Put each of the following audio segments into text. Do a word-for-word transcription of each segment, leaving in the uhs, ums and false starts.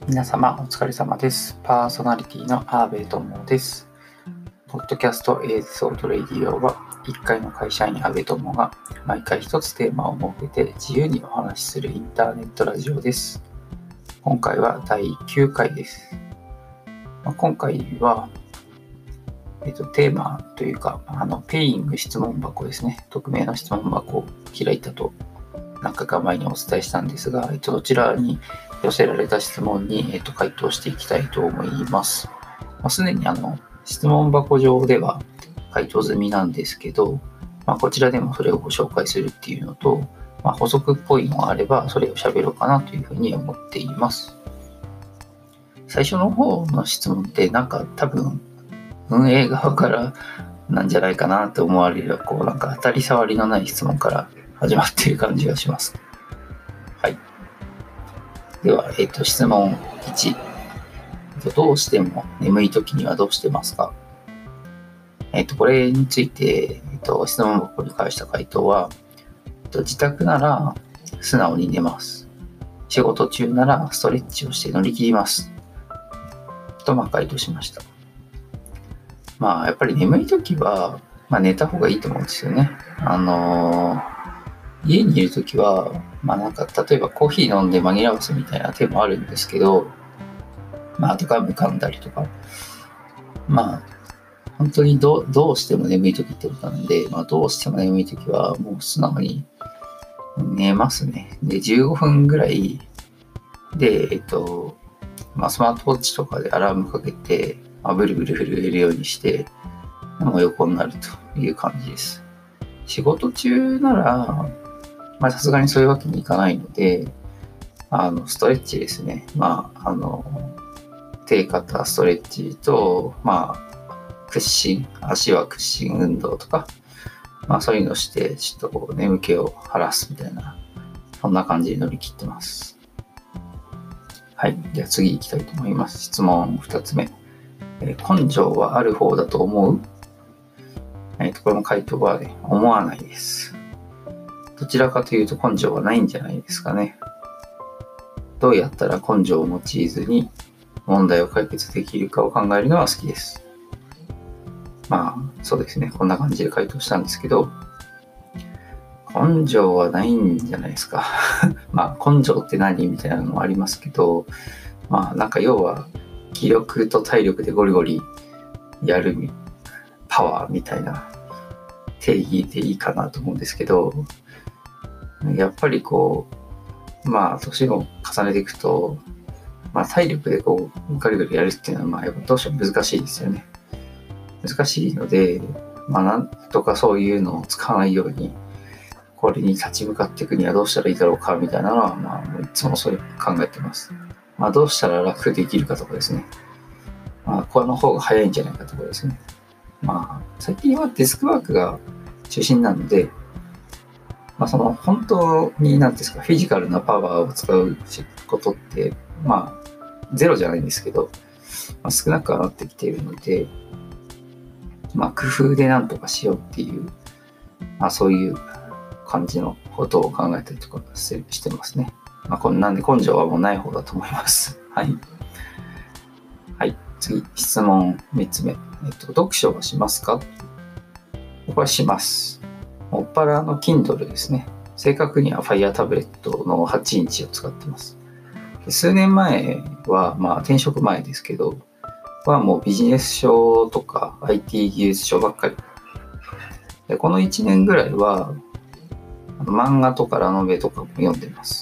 皆様お疲れ様です。パーソナリティのアーベイトモです。ポッドキャストエイソートレディオはいっかいの会社員アーベイトモが毎回一つテーマを設けて自由にお話しするインターネットラジオです。今回はだいきゅうかいです。まあ、今回は、えっと、テーマというかあのペイング質問箱ですね。匿名の質問箱を開いたと何回か前にお伝えしたんですが、えっと、どちらに寄せられた質問に、えっと、回答していきたいと思います。まあ、すでにあの質問箱上では回答済みなんですけど、まあ、こちらでもそれをご紹介するっていうのと、まあ、補足っぽいのがあればそれを喋ろうかなというふうに思っています。最初の方の質問ってなんか多分運営側からなんじゃないかなと思われるこうなんか当たり障りのない質問から始まっている感じがします。はい。では、えっと、質問いち。どうしても眠いときにはどうしてますか？えっと、これについて、えっと、質問箱に返した回答は、えっと、自宅なら素直に寝ます。仕事中ならストレッチをして乗り切ります。と、まあ、回答しました。まあ、やっぱり眠いときは、まあ、寝た方がいいと思うんですよね。あのー家にいるときは、まあなんか例えばコーヒー飲んで紛らわすみたいな手もあるんですけど、まああとガム噛んだりとか、まあ本当にど う, どうしても眠いときってことなんで、まあどうしても眠いときはもう素直に寝ますね。で、じゅうごふんぐらいで、えっと、まあスマートウォッチとかでアラームかけて、まあ、ブルブル震えるようにして、もう横になるという感じです。仕事中なら、まあさすがにそういうわけにいかないので、あのストレッチですね。まああの低肩ストレッチと、まあ屈伸、足は屈伸運動とか、まあそういうのをしてちょっとこう眠気を晴らすみたいな、そんな感じで乗り切ってます。はい、じゃあ次行きたいと思います。質問ふたつめ。えー、根性はある方だと思う？えーと、これも回答は、ね、思わないです。どちらかというと根性はないんじゃないですかね。どうやったら根性を用いずに問題を解決できるかを考えるのは好きです。まあそうですね、こんな感じで回答したんですけど、根性はないんじゃないですか。まあ根性って何みたいなのもありますけど、まあなんか要は気力と体力でゴリゴリやるパワーみたいな定義でいいかなと思うんですけど、やっぱりこうまあ年を重ねていくと、まあ、体力でこうガリガリやるっていうのはまあどうしても難しいですよね。難しいので、まあなんとかそういうのを使わないようにこれに立ち向かっていくにはどうしたらいいだろうかみたいなのはまあいつもそれ考えてます。まあどうしたら楽できるかとかですね。まあこの方が早いんじゃないかとかですね。まあ最近はデスクワークが中心なので。まあ、その本当に何ですかフィジカルなパワーを使うことってまあゼロじゃないんですけど、まあ、少なくはなってきているので、まあ工夫で何とかしようっていう、まあそういう感じのことを考えたりとかしてますね。まあこんなんで根性はもうない方だと思います。はい。はい。次、質問みっつめ。えっと、読書はしますか？僕はします。もっぱらの Kindle ですね。正確には Fire タブレットのはちインチを使ってます。数年前は、まあ転職前ですけど、はもうビジネス書とか アイティー 技術書ばっかり。でこのいちねんぐらいは漫画とかラノベとかも読んでます。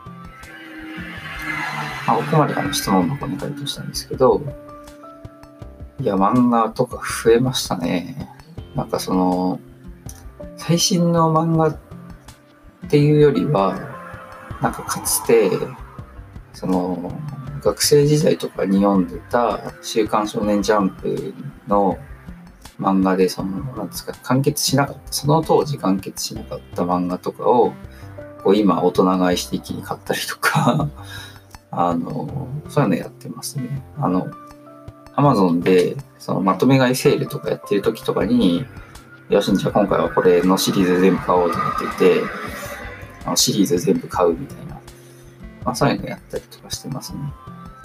まあ、ここまであの質問箱に回答したんですけど、いや漫画とか増えましたね。なんかその最新の漫画っていうよりは、なんかかつてその学生時代とかに読んでた週刊少年ジャンプの漫画でそのなんですか完結しなかったその当時完結しなかった漫画とかをこう今大人買いして一気に買ったりとかあのそういうのやってますね。あの Amazon でそのまとめ買いセールとかやってる時とかに、よしじゃあ今回はこれのシリーズ全部買おうと思ってて、あのシリーズ全部買うみたいな、まあ、そういうのやったりとかしてますね。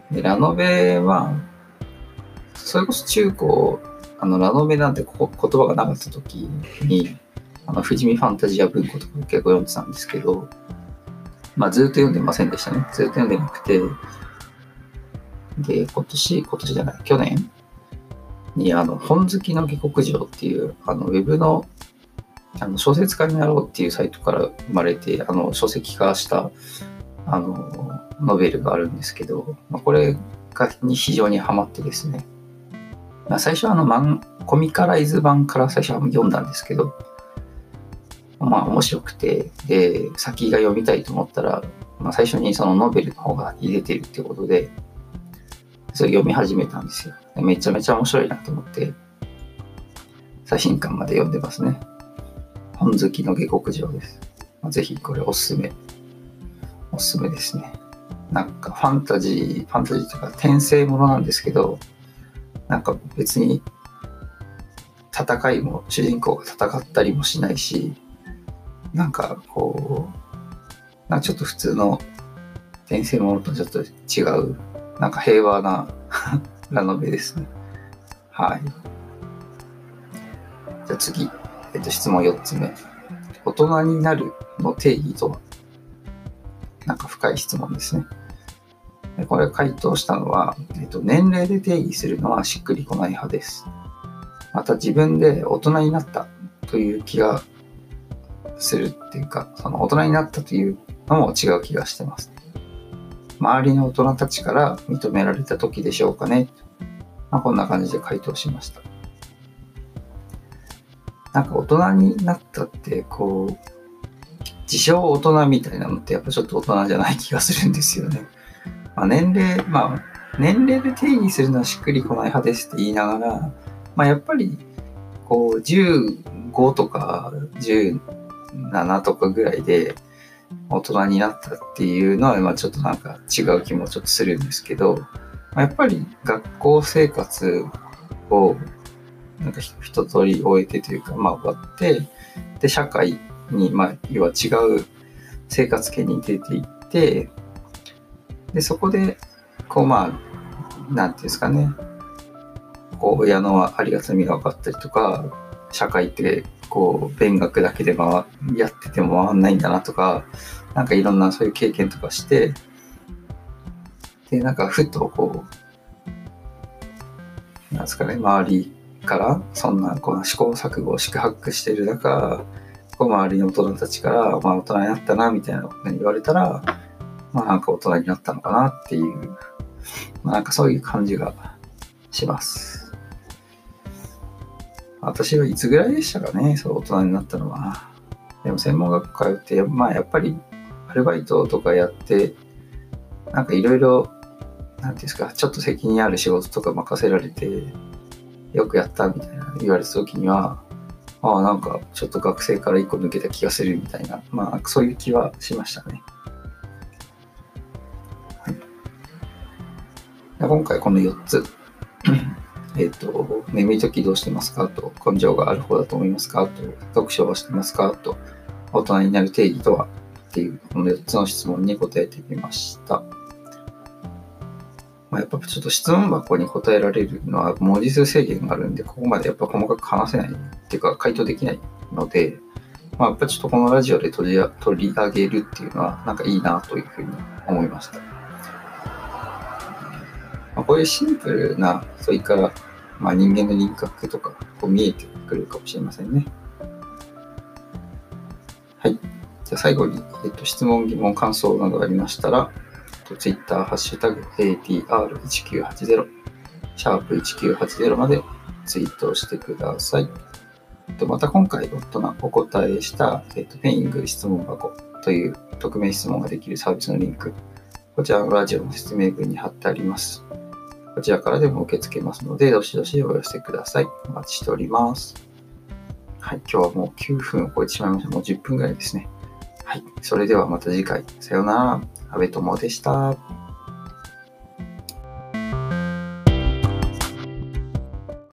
で、ラノベは、それこそ中高、あの、ラノベなんてこ言葉がなかった時に、あの、富士見ファンタジア文庫とか結構読んでたんですけど、まあずっと読んでませんでしたね。ずっと読んでなくて、で、今年、今年じゃない、去年に、あの、本好きの下克上っていう、あの、ウェブの、あの、小説家になろうっていうサイトから生まれて、あの、書籍化した、あの、ノベルがあるんですけど、まあ、これがに非常にハマってですね、まあ、最初はあのマン、コミカライズ版から最初は読んだんですけど、まあ面白くて、で、先が読みたいと思ったら、まあ、最初にそのノベルの方が入れてるってことで、それ読み始めたんですよ。めちゃめちゃ面白いなと思って、最新刊まで読んでますね。本好きの下克上です。まあ、ぜひこれおすすめ。おすすめですね。なんかファンタジー、ファンタジーというか転生ものなんですけど、なんか別に戦いも主人公が戦ったりもしないし、なんかこう、なんかちょっと普通の転生ものとちょっと違う、なんか平和なラノベですね。はい。じゃあ次、えっと、質問よっつめ。大人になるの定義とは？なんか深い質問ですね。これ回答したのは、えっと、年齢で定義するのはしっくりこない派です。また自分で大人になったという気がするっていうか、その大人になったというのも違う気がしてます。周りの大人たちから認められた時でしょうかね。まあ、こんな感じで回答しました。なんか大人になったって、こう、自称大人みたいなのってやっぱちょっと大人じゃない気がするんですよね。まあ、年齢、まあ、年齢で定義するのはしっくりこない派ですって言いながら、まあ、やっぱり、こう、じゅうごとかじゅうななとかぐらいで大人になったっていうのは、まあ、ちょっとなんか違う気もちょっとするんですけど、まあ、やっぱり学校生活をなんか一通り終えてというか、まあ、終わって、で、社会に、まあ、要は違う生活圏に出ていって、で、そこで、こう、まあ、なんていうんですかね、こう、親のありがたみが分かったりとか、社会って、こう、勉学だけで回やってても回んないんだなとか、なんかいろんなそういう経験とかして、で、なんかふとこう、なんですかね、周りからそんなこう試行錯誤を四苦八苦している中、こう周りの大人たちから、まあ大人になったなみたいなことに言われたら、まあなんか大人になったのかなっていう、まあ、なんかそういう感じがします。私はいつぐらいでしたかね、そう大人になったのは。でも専門学校通って、まあやっぱりアルバイトとかやって、なんかいろいろ、なんていうんですか、ちょっと責任ある仕事とか任せられて、よくやったみたいな言われた時には、ああ、なんかちょっと学生から一個抜けた気がするみたいな、まあそういう気はしましたね。はい、今回このよっつ。えっと、眠い時どうしてますかと、根性がある方だと思いますかと、読書はしてますかと、大人になる定義とはっていう、このよっつの質問に答えてみました。まあ、やっぱちょっと質問箱に答えられるのは文字数制限があるんで、ここまでやっぱ細かく話せないっていうか回答できないので、まあ、やっぱちょっとこのラジオで取り取り上げるっていうのはなんかいいなというふうに思いました。まあ、こういうシンプルな問いから、まあ、人間の輪郭とかこう見えてくるかもしれませんね。はい。じゃあ最後に、えっと、質問、疑問、感想などありましたら、ツイッター、ハッシュタグ、エーティーアールいちきゅうはちゼロ、シャープいちきゅうはちゼロまでツイートしてください。また今回お答えした、えっと、ペイング質問箱という匿名質問ができるサービスのリンク、こちらのラジオの説明文に貼ってあります。こちらからでも受け付けますので、どしどしお寄せください。お待ちしております。はい、今日はもうきゅうふんを超えてしまいました。もうじゅっぷんぐらいですね。はい、それではまた次回。さようなら。阿部友でした。